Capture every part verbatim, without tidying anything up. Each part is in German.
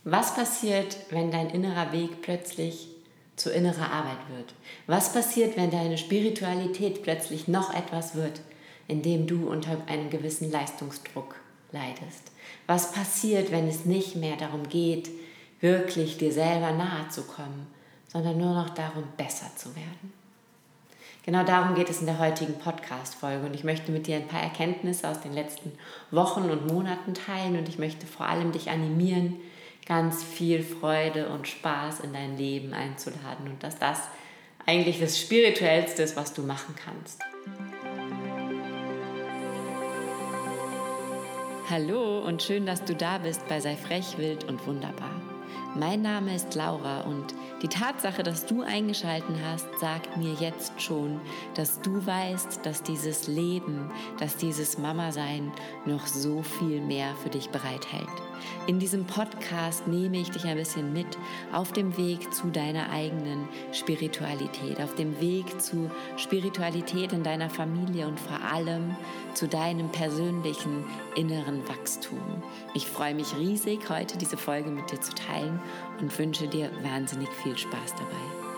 Was passiert, wenn dein innerer Weg plötzlich zu innerer Arbeit wird? Was passiert, wenn deine Spiritualität plötzlich noch etwas wird, indem du unter einem gewissen Leistungsdruck leidest? Was passiert, wenn es nicht mehr darum geht, wirklich dir selber nahe zu kommen, sondern nur noch darum, besser zu werden? Genau darum geht es in der heutigen Podcast-Folge und ich möchte mit dir ein paar Erkenntnisse aus den letzten Wochen und Monaten teilen und ich möchte vor allem dich animieren, ganz viel Freude und Spaß in dein Leben einzuladen und dass das eigentlich das Spirituellste ist, was du machen kannst. Hallo und schön, dass du da bist bei Sei frech, wild und wunderbar. Mein Name ist Laura und die Tatsache, dass du eingeschaltet hast, sagt mir jetzt schon, dass du weißt, dass dieses Leben, dass dieses Mama-Sein noch so viel mehr für dich bereithält. In diesem Podcast nehme ich dich ein bisschen mit auf dem Weg zu deiner eigenen Spiritualität, auf dem Weg zu Spiritualität in deiner Familie und vor allem zu deinem persönlichen inneren Wachstum. Ich freue mich riesig, heute diese Folge mit dir zu teilen und wünsche dir wahnsinnig viel Spaß dabei.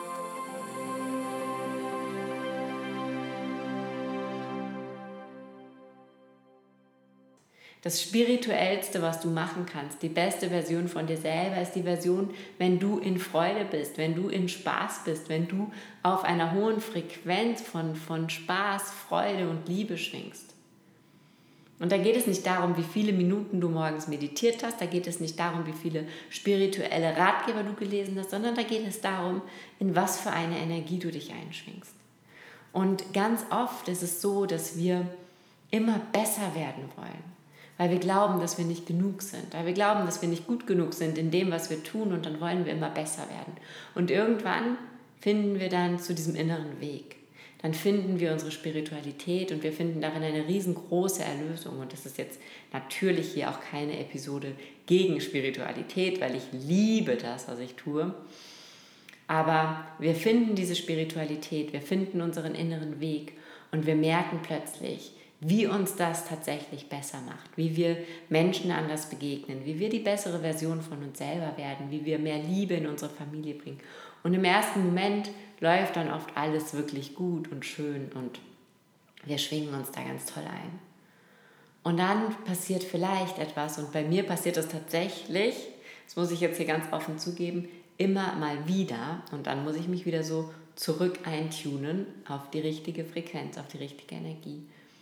Das Spirituellste, was du machen kannst, die beste Version von dir selber, ist die Version, wenn du in Freude bist, wenn du in Spaß bist, wenn du auf einer hohen Frequenz von, von Spaß, Freude und Liebe schwingst. Und da geht es nicht darum, wie viele Minuten du morgens meditiert hast, da geht es nicht darum, wie viele spirituelle Ratgeber du gelesen hast, sondern da geht es darum, in was für eine Energie du dich einschwingst. Und ganz oft ist es so, dass wir immer besser werden wollen, weil wir glauben, dass wir nicht genug sind, weil wir glauben, dass wir nicht gut genug sind in dem, was wir tun und dann wollen wir immer besser werden. Und irgendwann finden wir dann zu diesem inneren Weg. Dann finden wir unsere Spiritualität und wir finden darin eine riesengroße Erlösung. Und das ist jetzt natürlich hier auch keine Episode gegen Spiritualität, weil ich liebe das, was ich tue. Aber wir finden diese Spiritualität, wir finden unseren inneren Weg und wir merken plötzlich, wie uns das tatsächlich besser macht, wie wir Menschen anders begegnen, wie wir die bessere Version von uns selber werden, wie wir mehr Liebe in unsere Familie bringen. Und im ersten Moment läuft dann oft alles wirklich gut und schön und wir schwingen uns da ganz toll ein. Und dann passiert vielleicht etwas und bei mir passiert das tatsächlich, das muss ich jetzt hier ganz offen zugeben, immer mal wieder und dann muss ich mich wieder so zurück eintunen auf die richtige Frequenz, auf die richtige Energie,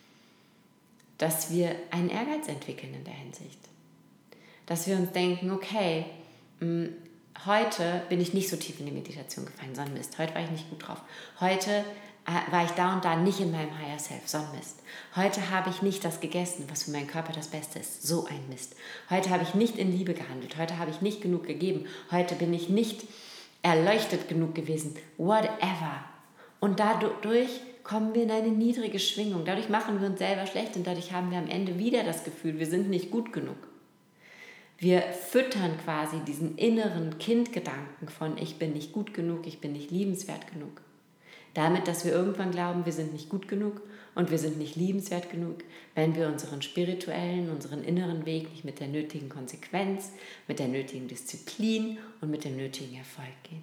dass wir einen Ehrgeiz entwickeln in der Hinsicht. Dass wir uns denken, okay, mh, heute bin ich nicht so tief in die Meditation gefallen, so ein Mist. Heute war ich nicht gut drauf. Heute äh, war ich da und da nicht in meinem Higher Self, so ein Mist. Heute habe ich nicht das gegessen, was für meinen Körper das Beste ist, so ein Mist. Heute habe ich nicht in Liebe gehandelt, heute habe ich nicht genug gegeben, heute bin ich nicht erleuchtet genug gewesen, whatever. Und dadurch kommen wir in eine niedrige Schwingung. Dadurch machen wir uns selber schlecht und dadurch haben wir am Ende wieder das Gefühl, wir sind nicht gut genug. Wir füttern quasi diesen inneren Kindgedanken von ich bin nicht gut genug, ich bin nicht liebenswert genug. Damit, dass wir irgendwann glauben, wir sind nicht gut genug und wir sind nicht liebenswert genug, wenn wir unseren spirituellen, unseren inneren Weg nicht mit der nötigen Konsequenz, mit der nötigen Disziplin und mit dem nötigen Erfolg gehen.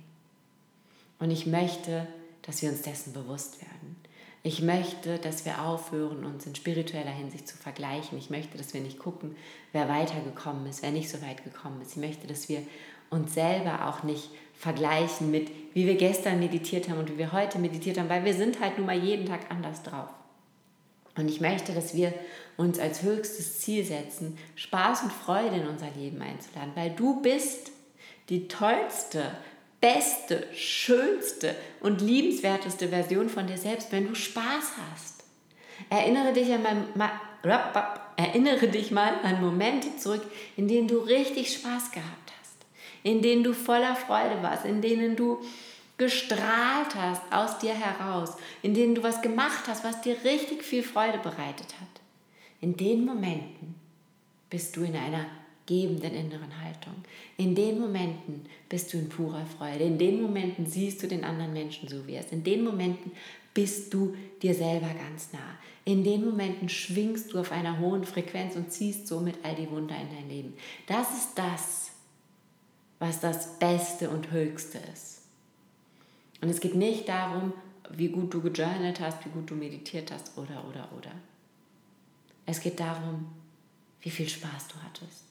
Und ich möchte, dass wir uns dessen bewusst werden. Ich möchte, dass wir aufhören, uns in spiritueller Hinsicht zu vergleichen. Ich möchte, dass wir nicht gucken, wer weitergekommen ist, wer nicht so weit gekommen ist. Ich möchte, dass wir uns selber auch nicht vergleichen mit, wie wir gestern meditiert haben und wie wir heute meditiert haben, weil wir sind halt nun mal jeden Tag anders drauf. Und ich möchte, dass wir uns als höchstes Ziel setzen, Spaß und Freude in unser Leben einzuladen, weil du bist die tollste, beste, schönste und liebenswerteste Version von dir selbst, wenn du Spaß hast. Erinnere dich, an mein, erinnere dich mal an Momente zurück, in denen du richtig Spaß gehabt hast, in denen du voller Freude warst, in denen du gestrahlt hast aus dir heraus, in denen du was gemacht hast, was dir richtig viel Freude bereitet hat. In den Momenten bist du in einer gebenden inneren Haltung. In den Momenten bist du in purer Freude. In den Momenten siehst du den anderen Menschen so, wie er ist. In den Momenten bist du dir selber ganz nah. In den Momenten schwingst du auf einer hohen Frequenz und ziehst somit all die Wunder in dein Leben. Das ist das, was das Beste und Höchste ist. Und es geht nicht darum, wie gut du gejournalt hast, wie gut du meditiert hast oder, oder, oder. Es geht darum, wie viel Spaß du hattest.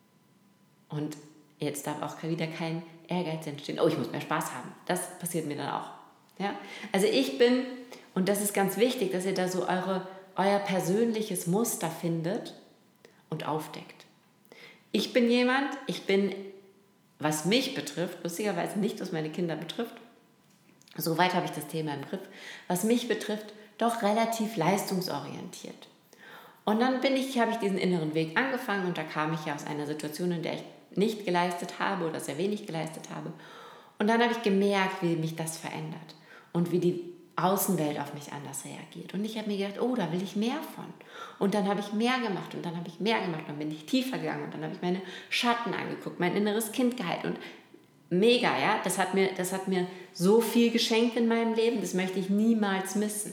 Und jetzt darf auch wieder kein Ehrgeiz entstehen. Oh, ich muss mehr Spaß haben. Das passiert mir dann auch. Ja? Also ich bin, und das ist ganz wichtig, dass ihr da so eure, euer persönliches Muster findet und aufdeckt. Ich bin jemand, ich bin, was mich betrifft, lustigerweise nicht, was meine Kinder betrifft, soweit habe ich das Thema im Griff, was mich betrifft, doch relativ leistungsorientiert. Und dann bin ich, habe ich diesen inneren Weg angefangen und da kam ich ja aus einer Situation, in der ich nicht geleistet habe oder sehr wenig geleistet habe. Und dann habe ich gemerkt, wie mich das verändert und wie die Außenwelt auf mich anders reagiert. Und ich habe mir gedacht, oh, da will ich mehr von. Und dann habe ich mehr gemacht und dann habe ich mehr gemacht. Dann bin ich tiefer gegangen und dann habe ich meine Schatten angeguckt, mein inneres Kind geheilt. Und mega, ja, das hat mir, das hat mir so viel geschenkt in meinem Leben, das möchte ich niemals missen.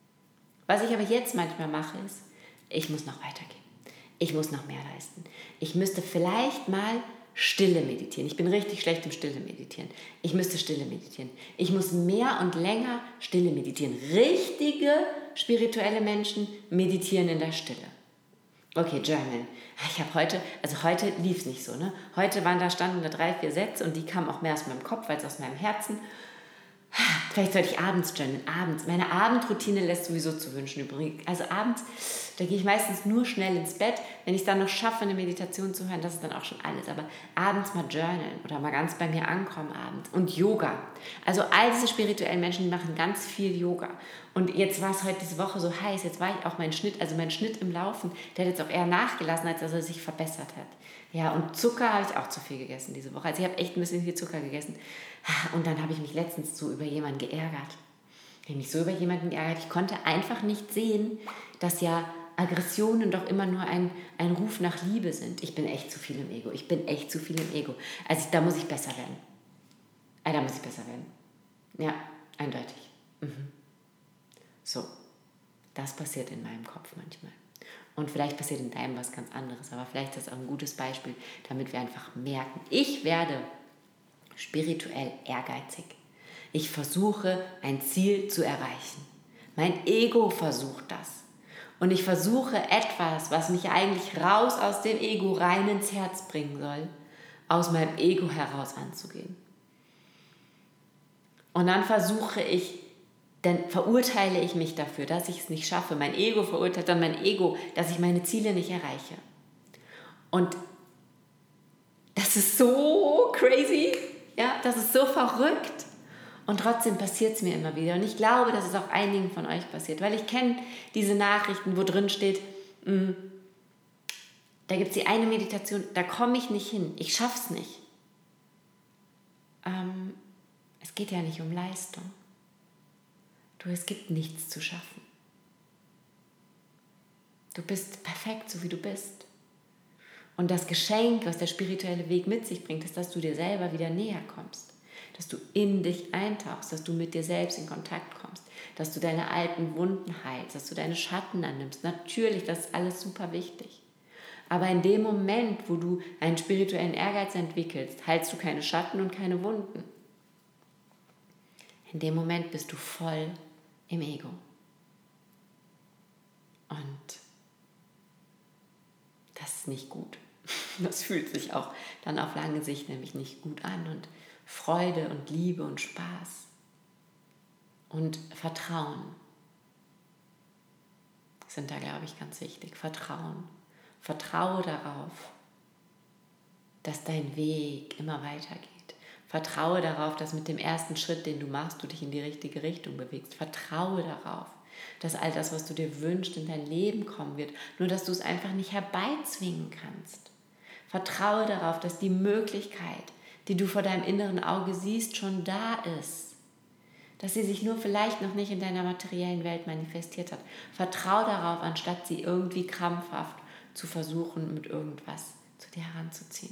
Was ich aber jetzt manchmal mache, ist, ich muss noch weitergehen. Ich muss noch mehr leisten. Ich müsste vielleicht mal Stille meditieren. Ich bin richtig schlecht im Stille meditieren. Ich müsste Stille meditieren. Ich muss mehr und länger Stille meditieren. Richtige spirituelle Menschen meditieren in der Stille. Okay, Journal. Ich habe heute, also heute lief es nicht so, ne? Heute waren da, standen da drei, vier Sätze und die kamen auch mehr aus meinem Kopf als aus meinem Herzen. Vielleicht sollte ich abends journalen. Abends. Meine Abendroutine lässt sowieso zu wünschen übrigens. Also abends, da gehe ich meistens nur schnell ins Bett. Wenn ich es dann noch schaffe, eine Meditation zu hören, das ist dann auch schon alles. Aber abends mal journalen oder mal ganz bei mir ankommen abends. Und Yoga. Also all diese spirituellen Menschen, die machen ganz viel Yoga. Und jetzt war es heute diese Woche so heiß. Jetzt war ich auch mein Schnitt, also mein Schnitt im Laufen, der hat jetzt auch eher nachgelassen, als dass er sich verbessert hat. Ja, und Zucker habe ich auch zu viel gegessen diese Woche. Also ich habe echt ein bisschen viel Zucker gegessen. Und dann habe ich mich letztens so über jemanden geärgert. Ich habe mich so über jemanden geärgert. Ich konnte einfach nicht sehen, dass ja Aggressionen doch immer nur ein, ein Ruf nach Liebe sind. Ich bin echt zu viel im Ego. Ich bin echt zu viel im Ego. Also ich, da muss ich besser werden. Ah, da muss ich besser werden. Ja, eindeutig. Mhm. So, das passiert in meinem Kopf manchmal. Und vielleicht passiert in deinem was ganz anderes, aber vielleicht ist das auch ein gutes Beispiel, damit wir einfach merken, ich werde spirituell ehrgeizig. Ich versuche, ein Ziel zu erreichen. Mein Ego versucht das. Und ich versuche etwas, was mich eigentlich raus aus dem Ego rein ins Herz bringen soll, aus meinem Ego heraus anzugehen. Und dann versuche ich, dann verurteile ich mich dafür, dass ich es nicht schaffe. Mein Ego verurteilt dann mein Ego, dass ich meine Ziele nicht erreiche. Und das ist so crazy, ja, das ist so verrückt. Und trotzdem passiert es mir immer wieder. Und ich glaube, dass es auch einigen von euch passiert, weil ich kenne diese Nachrichten, wo drin steht, mh, da gibt es die eine Meditation, da komme ich nicht hin, ich schaff's nicht. Ähm, es geht ja nicht um Leistung. Du, es gibt nichts zu schaffen. Du bist perfekt, so wie du bist. Und das Geschenk, was der spirituelle Weg mit sich bringt, ist, dass du dir selber wieder näher kommst. Dass du in dich eintauchst, dass du mit dir selbst in Kontakt kommst, dass du deine alten Wunden heilst, dass du deine Schatten annimmst. Natürlich, das ist alles super wichtig. Aber in dem Moment, wo du einen spirituellen Ehrgeiz entwickelst, heilst du keine Schatten und keine Wunden. In dem Moment bist du voll im Ego. Und das ist nicht gut. Das fühlt sich auch dann auf lange Sicht nämlich nicht gut an. Und Freude und Liebe und Spaß und Vertrauen sind da, glaube ich, ganz wichtig. Vertrauen. Vertraue darauf, dass dein Weg immer weitergeht. Vertraue darauf, dass mit dem ersten Schritt, den du machst, du dich in die richtige Richtung bewegst. Vertraue darauf, dass all das, was du dir wünschst, in dein Leben kommen wird. Nur, dass du es einfach nicht herbeizwingen kannst. Vertraue darauf, dass die Möglichkeit, die du vor deinem inneren Auge siehst, schon da ist. Dass sie sich nur vielleicht noch nicht in deiner materiellen Welt manifestiert hat. Vertraue darauf, anstatt sie irgendwie krampfhaft zu versuchen, mit irgendwas zu dir heranzuziehen.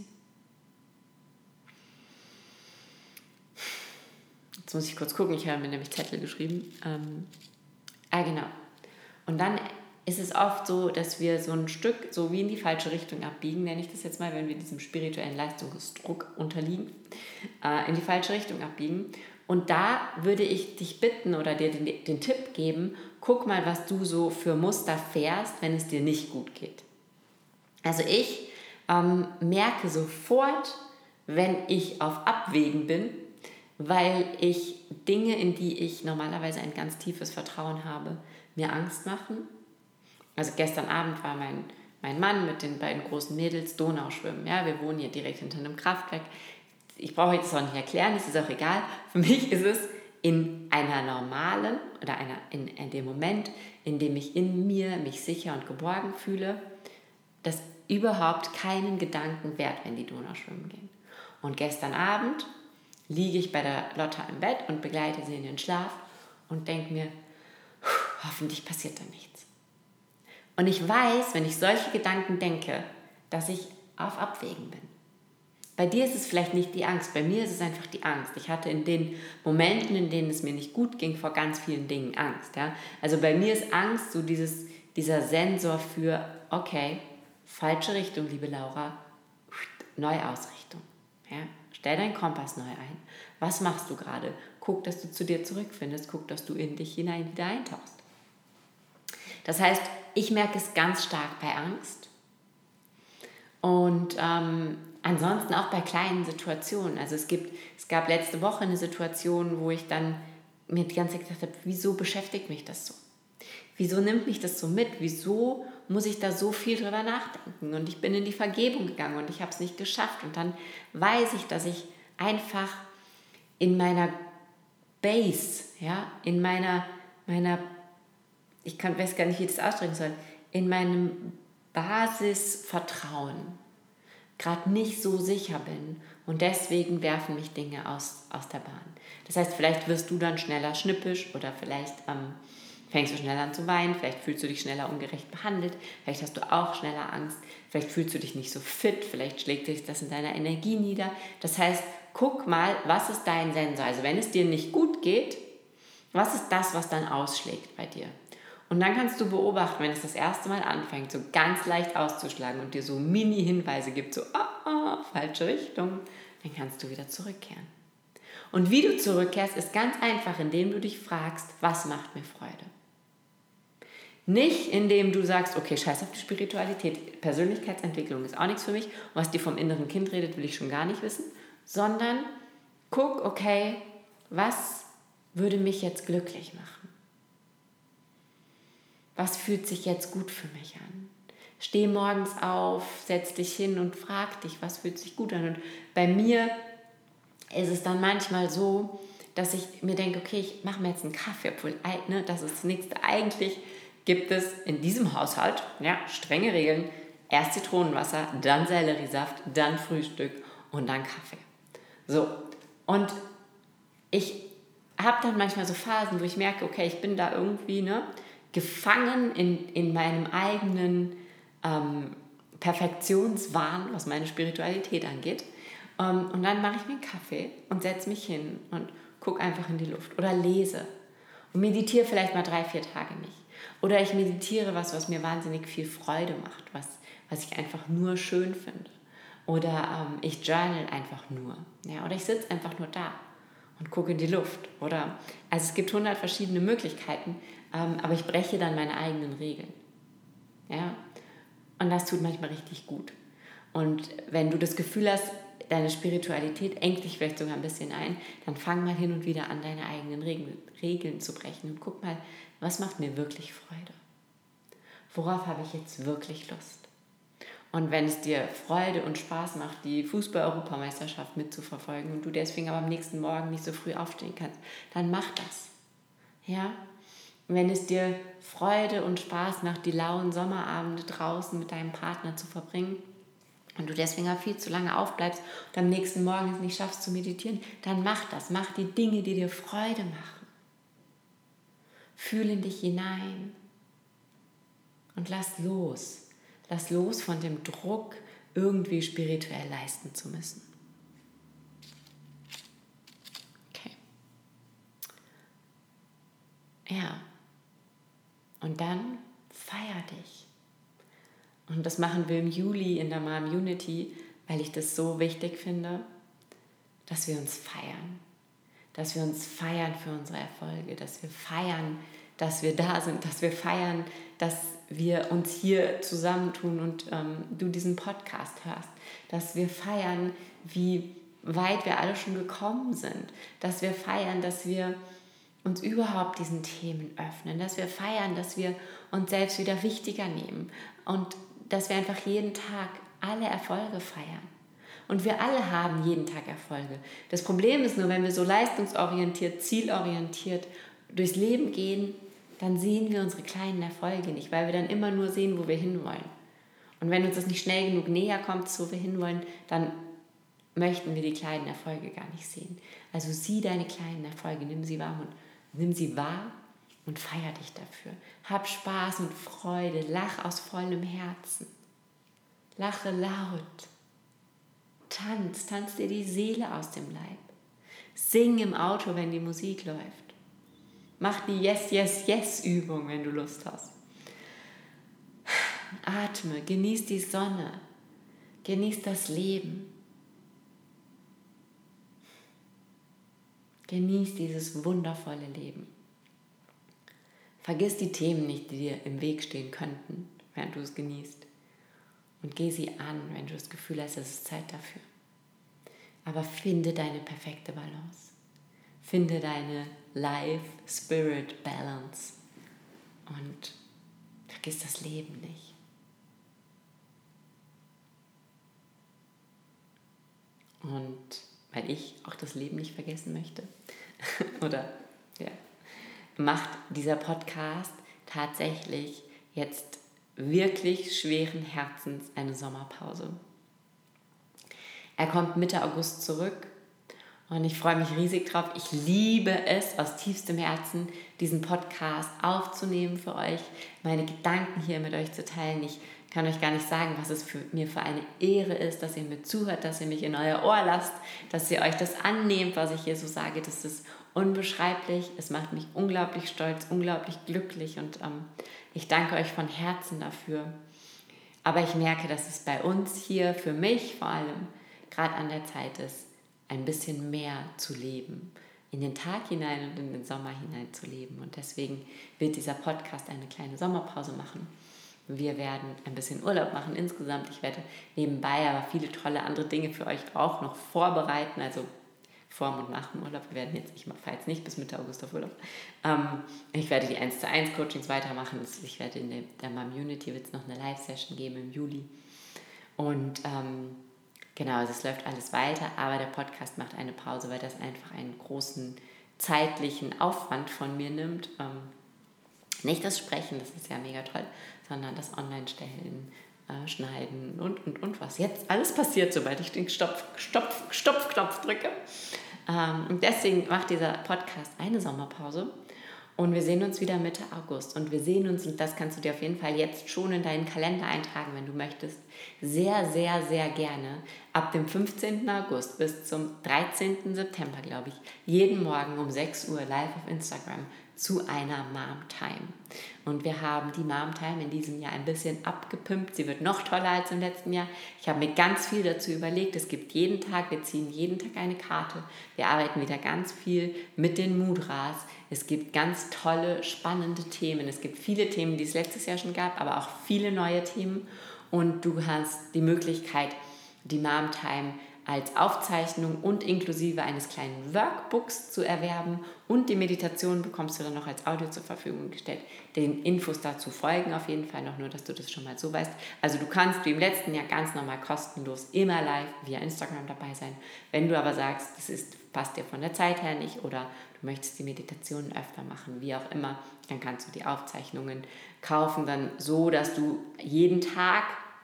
Jetzt muss ich kurz gucken, ich habe mir nämlich Zettel geschrieben. Ähm, ah, genau. Und dann ist es oft so, dass wir so ein Stück so wie in die falsche Richtung abbiegen, nenne ich das jetzt mal, wenn wir diesem spirituellen Leistungsdruck unterliegen, äh, in die falsche Richtung abbiegen. Und da würde ich dich bitten oder dir den, den Tipp geben, guck mal, was du so für Muster fährst, wenn es dir nicht gut geht. Also ich ähm, merke sofort, wenn ich auf Abwägen bin, weil ich Dinge, in die ich normalerweise ein ganz tiefes Vertrauen habe, mir Angst machen. Also gestern Abend war mein, mein Mann mit den beiden großen Mädels Donauschwimmen. Ja, wir wohnen hier direkt hinter einem Kraftwerk. Ich brauche euch das auch nicht erklären, das ist auch egal. Für mich ist es in einer normalen oder einer, in, in dem Moment, in dem ich in mir mich sicher und geborgen fühle, das überhaupt keinen Gedanken wert, wenn die Donau schwimmen gehen. Und gestern Abend liege ich bei der Lotta im Bett und begleite sie in den Schlaf und denke mir, hoffentlich passiert da nichts. Und ich weiß, wenn ich solche Gedanken denke, dass ich auf Abwägen bin. Bei dir ist es vielleicht nicht die Angst, bei mir ist es einfach die Angst. Ich hatte in den Momenten, in denen es mir nicht gut ging, vor ganz vielen Dingen Angst. Ja? Also bei mir ist Angst so dieses, dieser Sensor für, okay, falsche Richtung, liebe Laura, Neuausrichtung. Ja? Stell deinen Kompass neu ein. Was machst du gerade? Guck, dass du zu dir zurückfindest. Guck, dass du in dich hinein wieder eintauchst. Das heißt, ich merke es ganz stark bei Angst. Und ähm, ansonsten auch bei kleinen Situationen. Also es gibt, es gab letzte Woche eine Situation, wo ich dann mir die ganze Zeit gedacht habe, wieso beschäftigt mich das so? Wieso nimmt mich das so mit? Wieso muss ich da so viel drüber nachdenken? Und ich bin in die Vergebung gegangen und ich habe es nicht geschafft. Und dann weiß ich, dass ich einfach in meiner Base, ja, in meiner, meiner ich kann, weiß gar nicht, wie ich das ausdrücken soll, in meinem Basisvertrauen gerade nicht so sicher bin und deswegen werfen mich Dinge aus, aus der Bahn. Das heißt, vielleicht wirst du dann schneller schnippisch oder vielleicht ähm, fängst du schneller an zu weinen, vielleicht fühlst du dich schneller ungerecht behandelt, vielleicht hast du auch schneller Angst, vielleicht fühlst du dich nicht so fit, vielleicht schlägt sich das in deiner Energie nieder. Das heißt, guck mal, was ist dein Sensor? Also wenn es dir nicht gut geht, was ist das, was dann ausschlägt bei dir? Und dann kannst du beobachten, wenn es das erste Mal anfängt, so ganz leicht auszuschlagen und dir so Mini-Hinweise gibt, so, ah, ah, falsche Richtung, dann kannst du wieder zurückkehren. Und wie du zurückkehrst, ist ganz einfach, indem du dich fragst, was macht mir Freude? Nicht, indem du sagst, okay, scheiß auf die Spiritualität, Persönlichkeitsentwicklung ist auch nichts für mich, und was die vom inneren Kind redet, will ich schon gar nicht wissen, sondern guck, okay, was würde mich jetzt glücklich machen? Was fühlt sich jetzt gut für mich an? Steh morgens auf, setz dich hin und frag dich, was fühlt sich gut an? Und bei mir ist es dann manchmal so, dass ich mir denke, okay, ich mache mir jetzt einen Kaffee, obwohl, ne, das ist das Nächste. Eigentlich gibt es in diesem Haushalt, ja, strenge Regeln, erst Zitronenwasser, dann Selleriesaft, dann Frühstück und dann Kaffee. So, und ich habe dann manchmal so Phasen, wo ich merke, okay, ich bin da irgendwie, ne, gefangen in, in meinem eigenen ähm, Perfektionswahn, was meine Spiritualität angeht. Ähm, und dann mache ich mir einen Kaffee und setze mich hin und gucke einfach in die Luft oder lese und meditiere vielleicht mal drei, vier Tage nicht. Oder ich meditiere was, was mir wahnsinnig viel Freude macht, was, was ich einfach nur schön finde. Oder ähm, ich journal einfach nur. Ja? Oder ich sitze einfach nur da und gucke in die Luft. Oder, also es gibt hundert verschiedene Möglichkeiten, ähm, aber ich breche dann meine eigenen Regeln. Ja? Und das tut manchmal richtig gut. Und wenn du das Gefühl hast, deine Spiritualität engt dich vielleicht sogar ein bisschen ein, dann fang mal hin und wieder an, deine eigenen Regeln, Regeln zu brechen und guck mal, was macht mir wirklich Freude? Worauf habe ich jetzt wirklich Lust? Und wenn es dir Freude und Spaß macht, die Fußball-Europameisterschaft mitzuverfolgen und du deswegen aber am nächsten Morgen nicht so früh aufstehen kannst, dann mach das. Ja? Wenn es dir Freude und Spaß macht, die lauen Sommerabende draußen mit deinem Partner zu verbringen und du deswegen auch viel zu lange aufbleibst und am nächsten Morgen es nicht schaffst zu meditieren, dann mach das. Mach die Dinge, die dir Freude machen. Fühl in dich hinein und lass los. Lass los von dem Druck, irgendwie spirituell leisten zu müssen. Okay. Ja. Und dann Feier dich. Und das machen wir im Juli in der Mom Unity, weil ich das so wichtig finde, dass wir uns feiern. Dass wir uns feiern für unsere Erfolge, dass wir feiern, dass wir da sind, dass wir feiern, dass wir uns hier zusammentun und ähm, du diesen Podcast hörst. Dass wir feiern, wie weit wir alle schon gekommen sind. Dass wir feiern, dass wir uns überhaupt diesen Themen öffnen. Dass wir feiern, dass wir uns selbst wieder wichtiger nehmen. Und dass wir einfach jeden Tag alle Erfolge feiern. Und wir alle haben jeden Tag Erfolge. Das Problem ist nur, wenn wir so leistungsorientiert, zielorientiert durchs Leben gehen, dann sehen wir unsere kleinen Erfolge nicht, weil wir dann immer nur sehen, wo wir hinwollen. Und wenn uns das nicht schnell genug näher kommt, wo wir hinwollen, dann möchten wir die kleinen Erfolge gar nicht sehen. Also sieh deine kleinen Erfolge, nimm sie wahr und nimm sie wahr und feier dich dafür. Hab Spaß und Freude, lach aus vollem Herzen. Lache laut. Tanz, tanz dir die Seele aus dem Leib. Sing im Auto, wenn die Musik läuft. Mach die Yes, Yes, Yes-Übung, wenn du Lust hast. Atme, genieß die Sonne, genieß das Leben. Genieß dieses wundervolle Leben. Vergiss die Themen nicht, die dir im Weg stehen könnten, während du es genießt. Und geh sie an, wenn du das Gefühl hast, es ist Zeit dafür. Aber finde deine perfekte Balance. Finde deine Life-Spirit-Balance. Und vergiss das Leben nicht. Und weil ich auch das Leben nicht vergessen möchte, oder ja, macht dieser Podcast tatsächlich jetzt wirklich schweren Herzens eine Sommerpause. Er kommt Mitte August zurück und ich freue mich riesig drauf. Ich liebe es aus tiefstem Herzen, diesen Podcast aufzunehmen für euch, meine Gedanken hier mit euch zu teilen. Ich kann euch gar nicht sagen, was es für mir für eine Ehre ist, dass ihr mir zuhört, dass ihr mich in euer Ohr lasst, dass ihr euch das annehmt, was ich hier so sage. Das ist unbeschreiblich. Es macht mich unglaublich stolz, unglaublich glücklich und ähm, ich danke euch von Herzen dafür. Aber ich merke, dass es bei uns hier, für mich vor allem, gerade an der Zeit ist, ein bisschen mehr zu leben. In den Tag hinein und in den Sommer hinein zu leben. Und deswegen wird dieser Podcast eine kleine Sommerpause machen. Wir werden ein bisschen Urlaub machen insgesamt. Ich werde nebenbei aber viele tolle andere Dinge für euch auch noch vorbereiten. Also vor und nach dem Urlaub. Wir werden jetzt, ich fahre jetzt nicht bis Mitte August auf Urlaub. Ähm, ich werde die eins zu eins Coachings weitermachen. Ich werde in der, der Mom Unity wird es noch eine Live-Session geben im Juli. Und ähm, genau, das läuft alles weiter. Aber der Podcast macht eine Pause, weil das einfach einen großen zeitlichen Aufwand von mir nimmt. Ähm, nicht das Sprechen, das ist ja mega toll, sondern das Online-Stellen, äh, Schneiden und, und, und was jetzt alles passiert, sobald ich den Stopf, Stopf, Stopfknopf drücke. Ähm, und deswegen macht dieser Podcast eine Sommerpause und wir sehen uns wieder Mitte August. Und wir sehen uns, und das kannst du dir auf jeden Fall jetzt schon in deinen Kalender eintragen, wenn du möchtest, sehr, sehr, sehr gerne ab dem fünfzehnten August bis zum dreizehnten September, glaube ich, jeden Morgen um sechs Uhr live auf Instagram zu einer Mom Time. Und wir haben die Mom Time in diesem Jahr ein bisschen abgepimpt. Sie wird noch toller als im letzten Jahr. Ich habe mir ganz viel dazu überlegt. Es gibt jeden Tag, wir ziehen jeden Tag eine Karte. Wir arbeiten wieder ganz viel mit den Mudras. Es gibt ganz tolle, spannende Themen. Es gibt viele Themen, die es letztes Jahr schon gab, aber auch viele neue Themen. Und du hast die Möglichkeit, die Mom Time als Aufzeichnung und inklusive eines kleinen Workbooks zu erwerben und die Meditation bekommst du dann noch als Audio zur Verfügung gestellt. Den Infos dazu folgen auf jeden Fall noch, nur dass du das schon mal so weißt. Also du kannst wie im letzten Jahr ganz normal kostenlos immer live via Instagram dabei sein. Wenn du aber sagst, das ist, passt dir von der Zeit her nicht oder du möchtest die Meditationen öfter machen, wie auch immer, dann kannst du die Aufzeichnungen kaufen, dann so, dass du jeden Tag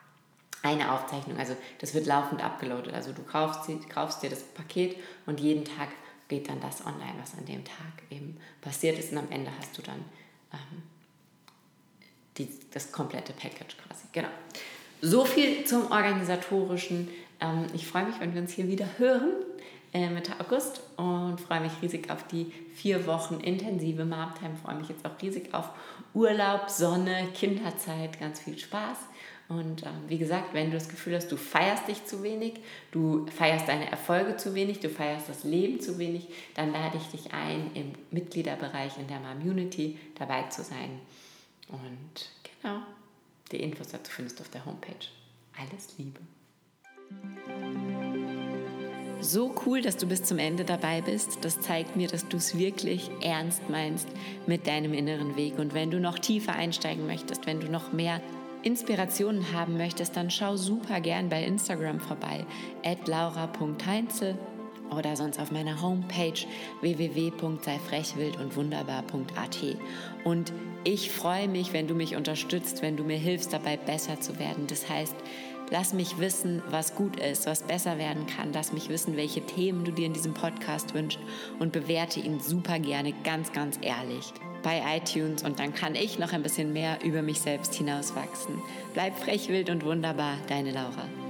eine Aufzeichnung, also das wird laufend abgeloadet, also du kaufst, kaufst dir das Paket und jeden Tag geht dann das online, was an dem Tag eben passiert ist und am Ende hast du dann ähm, die, das komplette Package quasi. Genau. So viel zum Organisatorischen. Ähm, ich freue mich, wenn wir uns hier wieder hören. äh, Mitte August und freue mich riesig auf die vier Wochen intensive Mom-Time. Freue mich jetzt auch riesig auf Urlaub, Sonne, Kinderzeit, ganz viel Spaß. Und ähm, wie gesagt, wenn du das Gefühl hast, du feierst dich zu wenig, du feierst deine Erfolge zu wenig, du feierst das Leben zu wenig, dann lade ich dich ein, im Mitgliederbereich in der Momunity dabei zu sein. Und genau, die Infos dazu findest du auf der Homepage. Alles Liebe. So cool, dass du bis zum Ende dabei bist. Das zeigt mir, dass du es wirklich ernst meinst mit deinem inneren Weg. Und wenn du noch tiefer einsteigen möchtest, wenn du noch mehr Inspirationen haben möchtest, dann schau super gern bei Instagram vorbei, at laura punkt heinze oder sonst auf meiner Homepage w w w punkt sei frech wild und wunderbar punkt a t. Und ich freue mich, wenn du mich unterstützt, wenn du mir hilfst, dabei besser zu werden. Das heißt, lass mich wissen, was gut ist, was besser werden kann. Lass mich wissen, welche Themen du dir in diesem Podcast wünschst und bewerte ihn super gerne ganz, ganz ehrlich bei iTunes und dann kann ich noch ein bisschen mehr über mich selbst hinauswachsen. Bleib frech, wild und wunderbar, deine Laura.